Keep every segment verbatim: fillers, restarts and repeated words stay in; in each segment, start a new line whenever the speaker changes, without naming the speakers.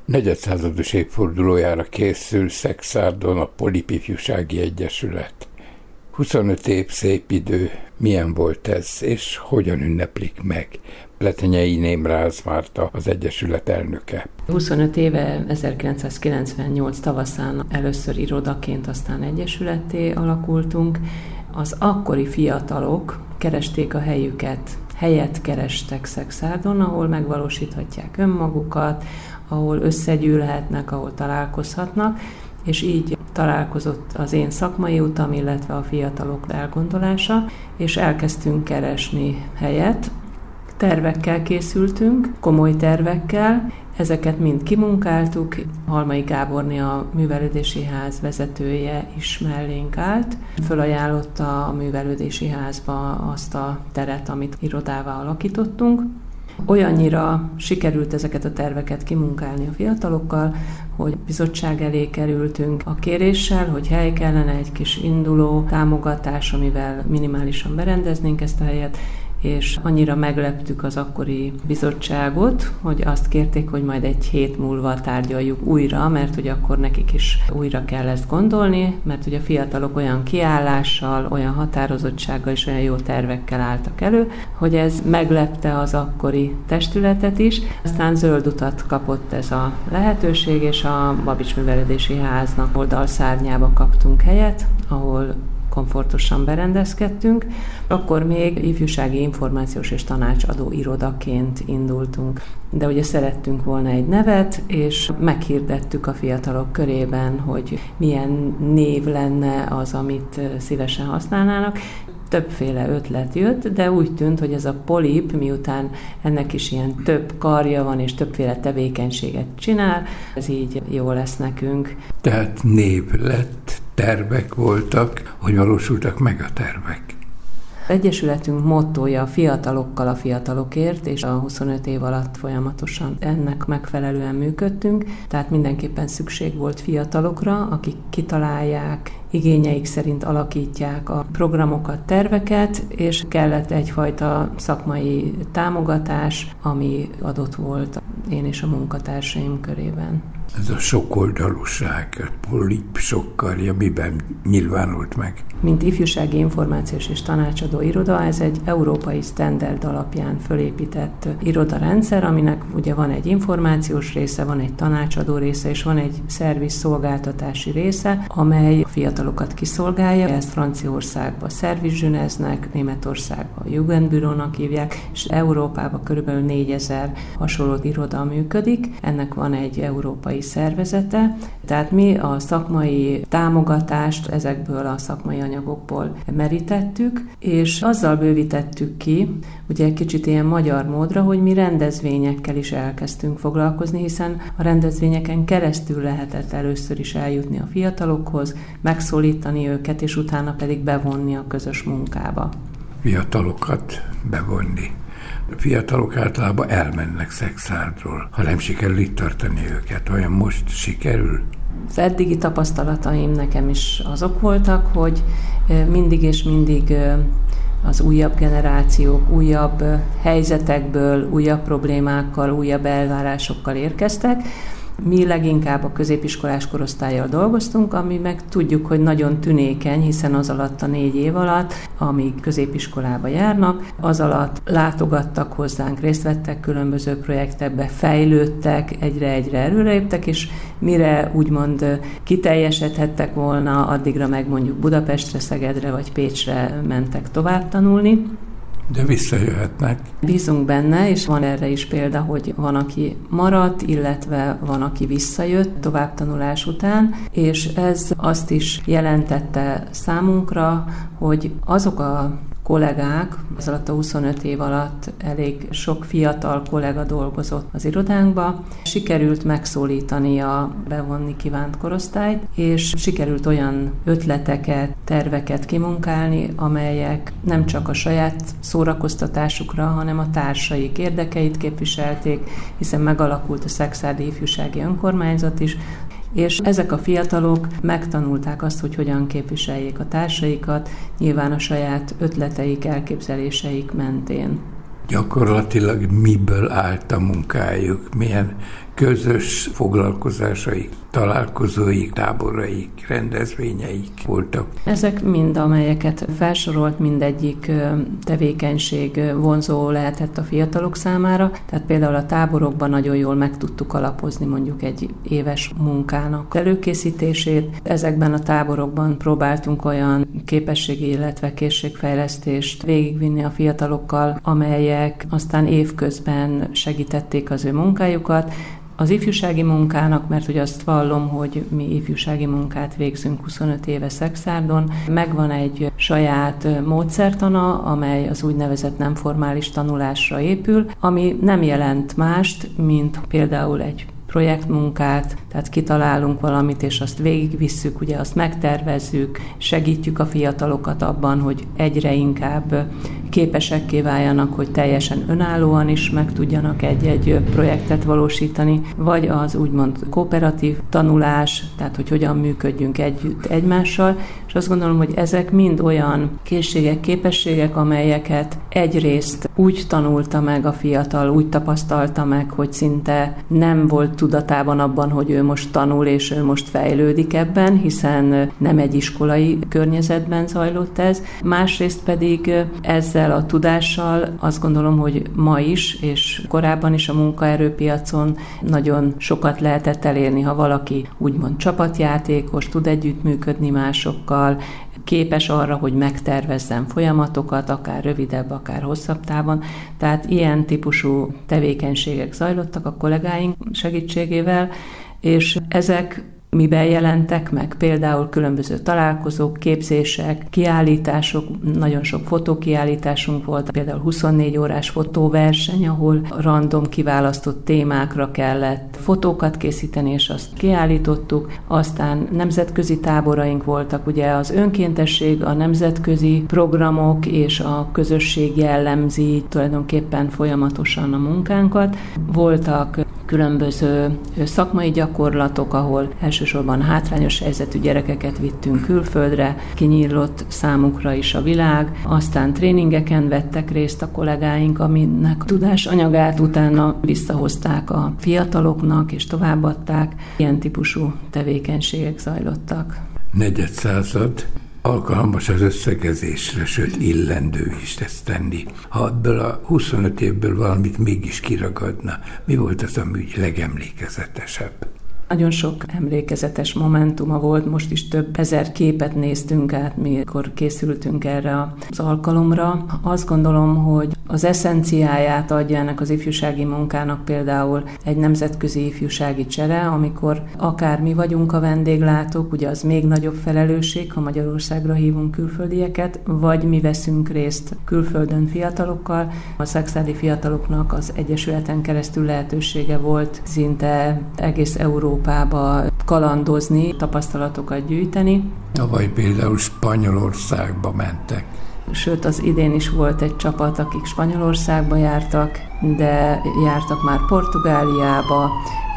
Negyedszázados évfordulójára készül Szekszárdon a Polip Ifjúsági Egyesület. huszonöt év szép idő, milyen volt ez, és hogyan ünneplik meg? Letenyei Némráz Márta, az Egyesület elnöke.
huszonöt éve, ezerkilencszázkilencvennyolc tavaszán először irodaként, aztán egyesületté alakultunk. Az akkori fiatalok keresték a helyüket, helyet kerestek Szekszárdon, ahol megvalósíthatják önmagukat, ahol összegyűlhetnek, ahol találkozhatnak, és így találkozott az én szakmai utam, illetve a fiatalok elgondolása, és elkezdtünk keresni helyet. Tervekkel készültünk, komoly tervekkel, ezeket mind kimunkáltuk. Halmai Gáborné, a Művelődési Ház vezetője is mellénk állt. Fölajánlotta a Művelődési Házba azt a teret, amit irodává alakítottunk. Olyannyira sikerült ezeket a terveket kimunkálni a fiatalokkal, hogy bizottság elé kerültünk a kéréssel, hogy hely kellene, egy kis induló támogatás, amivel minimálisan berendeznénk ezt a helyet, és annyira megleptük az akkori bizottságot, hogy azt kérték, hogy majd egy hét múlva tárgyaljuk újra, mert hogy akkor nekik is újra kell ezt gondolni, mert hogy a fiatalok olyan kiállással, olyan határozottsággal és olyan jó tervekkel álltak elő, hogy ez meglepte az akkori testületet is. Aztán zöld utat kapott ez a lehetőség, és a Babics Művelődési Háznak oldalszárnyába kaptunk helyet, ahol komfortosan berendezkedtünk. Akkor még ifjúsági információs és tanácsadó irodaként indultunk. De ugye szerettünk volna egy nevet, és meghirdettük a fiatalok körében, hogy milyen név lenne az, amit szívesen használnának. Többféle ötlet jött, de úgy tűnt, hogy ez a Polip, miután ennek is ilyen több karja van, és többféle tevékenységet csinál, ez így jó lesz nekünk.
Tehát név lett, tervek voltak, hogy valósultak meg a tervek.
Egyesületünk mottója a fiatalokkal a fiatalokért, és a huszonöt év alatt folyamatosan ennek megfelelően működtünk, tehát mindenképpen szükség volt fiatalokra, akik kitalálják, igényeik szerint alakítják a programokat, terveket, és kellett egyfajta szakmai támogatás, ami adott volt én és a munkatársaim körében.
Ez a sokoldalúság, a Polip sok karja miben nyilvánult meg?
Mint ifjúsági információs és tanácsadó iroda, ez egy európai standard alapján fölépített irodarendszer, aminek ugye van egy információs része, van egy tanácsadó része, és van egy szerviz szolgáltatási része, amely a fiatalokat kiszolgálja. Ezt Franciaországban szervizsüneznek, Németországban Jugendbürónak hívják, és Európában körülbelül négyezer hasonló iroda működik. Ennek van egy európai szervezete, tehát mi a szakmai támogatást ezekből a szakmai anyagokból merítettük, és azzal bővítettük ki, ugye egy kicsit ilyen magyar módra, hogy mi rendezvényekkel is elkezdtünk foglalkozni, hiszen a rendezvényeken keresztül lehetett először is eljutni a fiatalokhoz, megszólítani őket, és utána pedig bevonni a közös munkába.
Fiatalokat bevonni. A fiatalok általában elmennek Szekszárdról, ha nem sikerül itt tartani őket. Olyan most sikerül?
Az eddigi tapasztalataim nekem is azok voltak, hogy mindig és mindig az újabb generációk újabb helyzetekből, újabb problémákkal, újabb elvárásokkal érkeztek. Mi leginkább a középiskolás korosztállyal dolgoztunk, ami meg tudjuk, hogy nagyon tünékeny, hiszen az alatt a négy év alatt, amíg középiskolába járnak, az alatt látogattak hozzánk, részt vettek különböző projektekbe, fejlődtek, egyre-egyre előreléptek, és mire úgymond kiteljesedhettek volna, addigra meg mondjuk Budapestre, Szegedre vagy Pécsre mentek tovább tanulni.
De visszajöhetnek.
Bízunk benne, és van erre is példa, hogy van, aki maradt, illetve van, aki visszajött továbbtanulás után, és ez azt is jelentette számunkra, hogy azok a kollégák, az alatt a huszonöt év alatt elég sok fiatal kollega dolgozott az irodánkba, sikerült megszólítani a bevonni kívánt korosztályt, és sikerült olyan ötleteket, terveket kimunkálni, amelyek nem csak a saját szórakoztatásukra, hanem a társaik érdekeit képviselték, hiszen megalakult a Szekszárdi Ifjúsági Önkormányzat is, és ezek a fiatalok megtanulták azt, hogy hogyan képviseljék a társaikat, nyilván a saját ötleteik, elképzeléseik mentén.
Gyakorlatilag miből állt a munkájuk? Milyen közös foglalkozásaik, találkozóik, táboraik, rendezvényeik voltak.
Ezek mind, amelyeket felsorolt, mindegyik tevékenység vonzó lehetett a fiatalok számára. Tehát például a táborokban nagyon jól meg tudtuk alapozni mondjuk egy éves munkának előkészítését. Ezekben a táborokban próbáltunk olyan képességi, illetve készségfejlesztést végigvinni a fiatalokkal, amelyek aztán évközben segítették az ő munkájukat. Az ifjúsági munkának, mert ugye azt vallom, hogy mi ifjúsági munkát végzünk huszonöt éve Szekszárdon, megvan egy saját módszertana, amely az úgynevezett nem formális tanulásra épül, ami nem jelent mást, mint például egy projektmunkát, tehát kitalálunk valamit, és azt végigvisszük, ugye azt megtervezzük, segítjük a fiatalokat abban, hogy egyre inkább képesekké váljanak, hogy teljesen önállóan is meg tudjanak egy-egy projektet valósítani, vagy az úgymond kooperatív tanulás, tehát hogy hogyan működjünk együtt egymással, és azt gondolom, hogy ezek mind olyan készségek, képességek, amelyeket egyrészt úgy tanulta meg a fiatal, úgy tapasztalta meg, hogy szinte nem volt tudatában abban, hogy ő most tanul, és ő most fejlődik ebben, hiszen nem egy iskolai környezetben zajlott ez. Másrészt pedig ezzel a tudással azt gondolom, hogy ma is, és korábban is a munkaerőpiacon nagyon sokat lehetett elérni, ha valaki úgymond csapatjátékos, tud együttműködni másokkal, képes arra, hogy megtervezzen folyamatokat, akár rövidebb, akár hosszabb távon. Tehát ilyen típusú tevékenységek zajlottak a kollégáink segítségével, és ezek miben jelentek meg? Például különböző találkozók, képzések, kiállítások, nagyon sok fotókiállításunk volt, például huszonnégy órás fotóverseny, ahol random kiválasztott témákra kellett fotókat készíteni, és azt kiállítottuk. Aztán nemzetközi táboraink voltak, ugye az önkéntesség, a nemzetközi programok és a közösség jellemzi tulajdonképpen folyamatosan a munkánkat. Voltak különböző szakmai gyakorlatok, ahol elsősorban hátrányos helyzetű gyerekeket vittünk külföldre, kinyílott számukra is a világ, aztán tréningeken vettek részt a kollégáink, aminek tudásanyagát utána visszahozták a fiataloknak és továbbadták. Ilyen típusú tevékenységek zajlottak.
Negyedszázad alkalmas az összegezésre, sőt illendő is ezt tenni. Ha ebből a huszonöt évből valamit mégis kiragadna, mi volt az, ami legemlékezetesebb?
Nagyon sok emlékezetes momentuma volt, most is több ezer képet néztünk át, mikor készültünk erre az alkalomra. Azt gondolom, hogy az eszenciáját adja ennek az ifjúsági munkának például egy nemzetközi ifjúsági csere, amikor akár mi vagyunk a vendéglátók, ugye az még nagyobb felelősség, ha Magyarországra hívunk külföldieket, vagy mi veszünk részt külföldön fiatalokkal. A szekszárdi fiataloknak az Egyesületen keresztül lehetősége volt szinte egész Európába kalandozni, tapasztalatokat gyűjteni.
Tavaly például Spanyolországba mentek.
Sőt, az idén is volt egy csapat, akik Spanyolországba jártak, de jártak már Portugáliába,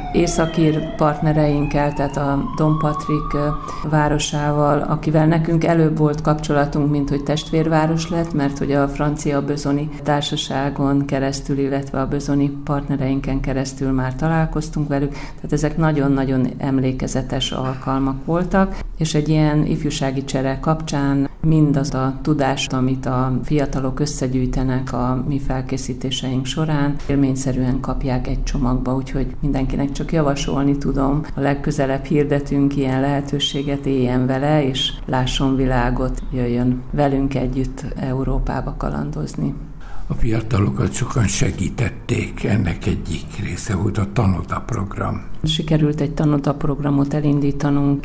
északír partnereinkkel, tehát a Don Patrik városával, akivel nekünk előbb volt kapcsolatunk, mint hogy testvérváros lett, mert hogy a francia Bezoni társaságon keresztül, illetve a Bezoni partnereinken keresztül már találkoztunk velük, tehát ezek nagyon-nagyon emlékezetes alkalmak voltak, és egy ilyen ifjúsági csere kapcsán mindaz a tudást, amit a fiatalok összegyűjtenek a mi felkészítéseink során, élményszerűen kapják egy csomagba, úgyhogy mindenkinek csak javasolni tudom. A legközelebb hirdetünk ilyen lehetőséget, éljen vele, és lásson világot, jöjjön velünk együtt Európába kalandozni.
A fiatalokat sokan segítették, ennek egyik része volt a Tanoda program.
Sikerült egy Tanoda programot elindítanunk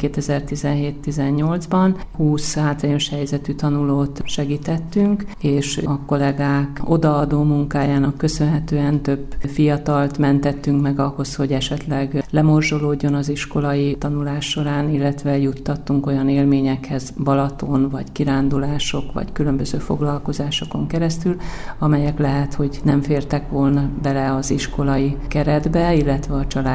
kétezer-tizenhét-tizennyolcban. húsz hátrányos helyzetű tanulót segítettünk, és a kollégák odaadó munkájának köszönhetően több fiatalt mentettünk meg ahhoz, hogy esetleg lemorzsolódjon az iskolai tanulás során, illetve juttattunk olyan élményekhez Balaton, vagy kirándulások, vagy különböző foglalkozásokon keresztül, amelyek lehet, hogy nem fértek volna bele az iskolai keretbe, illetve a családi büdzsé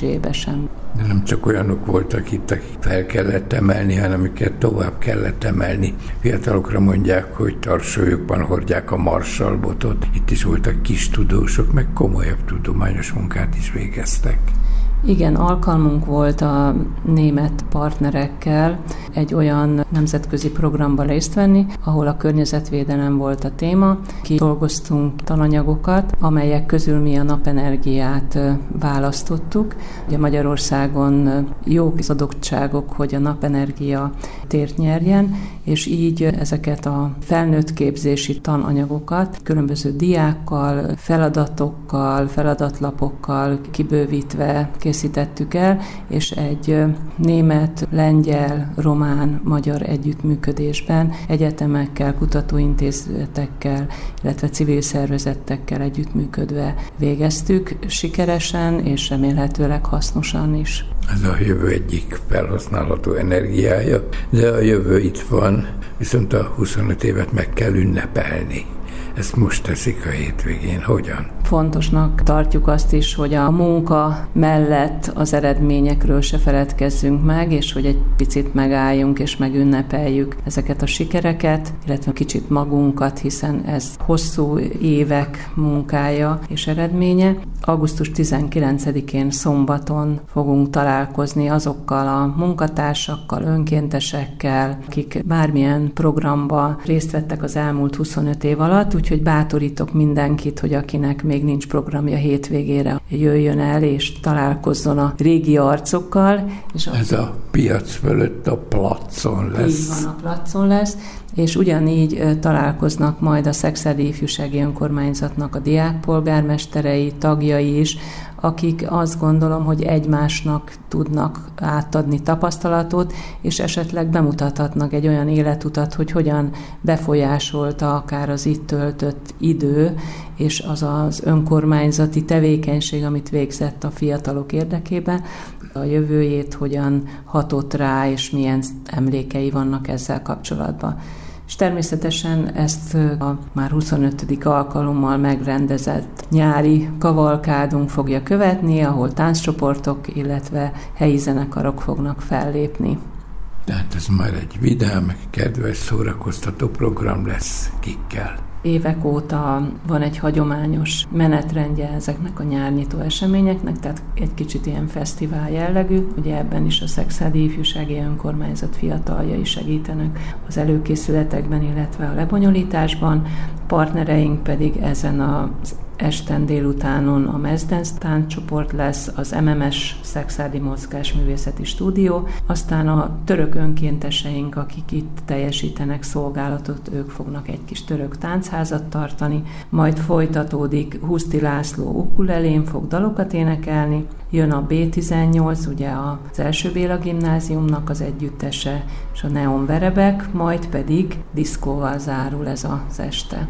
büdzsébe sem.
De nem csak olyanok voltak itt, akik fel kellett emelni, hanem amiket tovább kellett emelni. Fiatalokra mondják, hogy tarsolyukban hordják a marsalbotot. Itt is voltak kis tudósok, meg komolyabb tudományos munkát is végeztek.
Igen, alkalmunk volt a német partnerekkel egy olyan nemzetközi programban részt venni, ahol a környezetvédelem volt a téma. Kidolgoztunk tananyagokat, amelyek közül mi a napenergiát választottuk. Ugye Magyarországon jók az adottságok, hogy a napenergia tért nyerjen, és így ezeket a felnőttképzési tananyagokat különböző diákkal, feladatokkal, feladatlapokkal kibővítve készítettük el, és egy német, lengyel, román, magyar együttműködésben egyetemekkel, kutatóintézetekkel, illetve civil szervezetekkel együttműködve végeztük sikeresen és remélhetőleg hasznosan is.
Ez a jövő egyik felhasználható energiája, de a jövő itt van, viszont a huszonöt évet meg kell ünnepelni. Ezt most teszik a hétvégén. Hogyan?
Fontosnak tartjuk azt is, hogy a munka mellett az eredményekről se feledkezzünk meg, és hogy egy picit megálljunk és megünnepeljük ezeket a sikereket, illetve kicsit magunkat, hiszen ez hosszú évek munkája és eredménye. augusztus tizenkilencedikén szombaton fogunk találkozni azokkal a munkatársakkal, önkéntesekkel, akik bármilyen programba részt vettek az elmúlt huszonöt év alatt, úgyhogy bátorítok mindenkit, hogy akinek még nincs programja hétvégére, jöjjön el és találkozzon a régi arcokkal. És
Ez a, a piac fölött a placon lesz.
Így van, a placon lesz, és ugyanígy találkoznak majd a Szekszárdi Ifjúsági Önkormányzatnak a diákpolgármesterei, tagjai is, akik azt gondolom, hogy egymásnak tudnak átadni tapasztalatot, és esetleg bemutathatnak egy olyan életutat, hogy hogyan befolyásolta akár az itt töltött idő, és az az önkormányzati tevékenység, amit végzett a fiatalok érdekében, a jövőjét hogyan hatott rá, és milyen emlékei vannak ezzel kapcsolatban. És természetesen ezt a már huszonötödik alkalommal megrendezett nyári kavalkádunk fogja követni, ahol tánccsoportok, illetve helyi zenekarok fognak fellépni.
Tehát ez már egy vidám, kedves, szórakoztató program lesz kikkel.
Évek óta van egy hagyományos menetrendje ezeknek a nyárnyitó eseményeknek, tehát egy kicsit ilyen fesztivál jellegű. Ugye ebben is a Szekszárdi Ifjúsági Önkormányzat fiataljai segítenek az előkészületekben, illetve a lebonyolításban. Partnereink pedig ezen az esten délutánon a Mezdens tánccsoport lesz, az em em es Szekszárdi Mozgásművészeti Stúdió, aztán a török önkénteseink, akik itt teljesítenek szolgálatot, ők fognak egy kis török táncházat tartani, majd folytatódik Huszti László ukulelén fog dalokat énekelni, jön a bé tizennyolc, ugye az első Béla gimnáziumnak az együttese, és a Neon Verebek, majd pedig diszkóval zárul ez az este.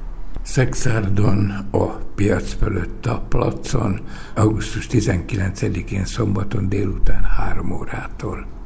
Szekszárdon, a piac fölött a placon, augusztus tizenkilencedikén szombaton délután három órától.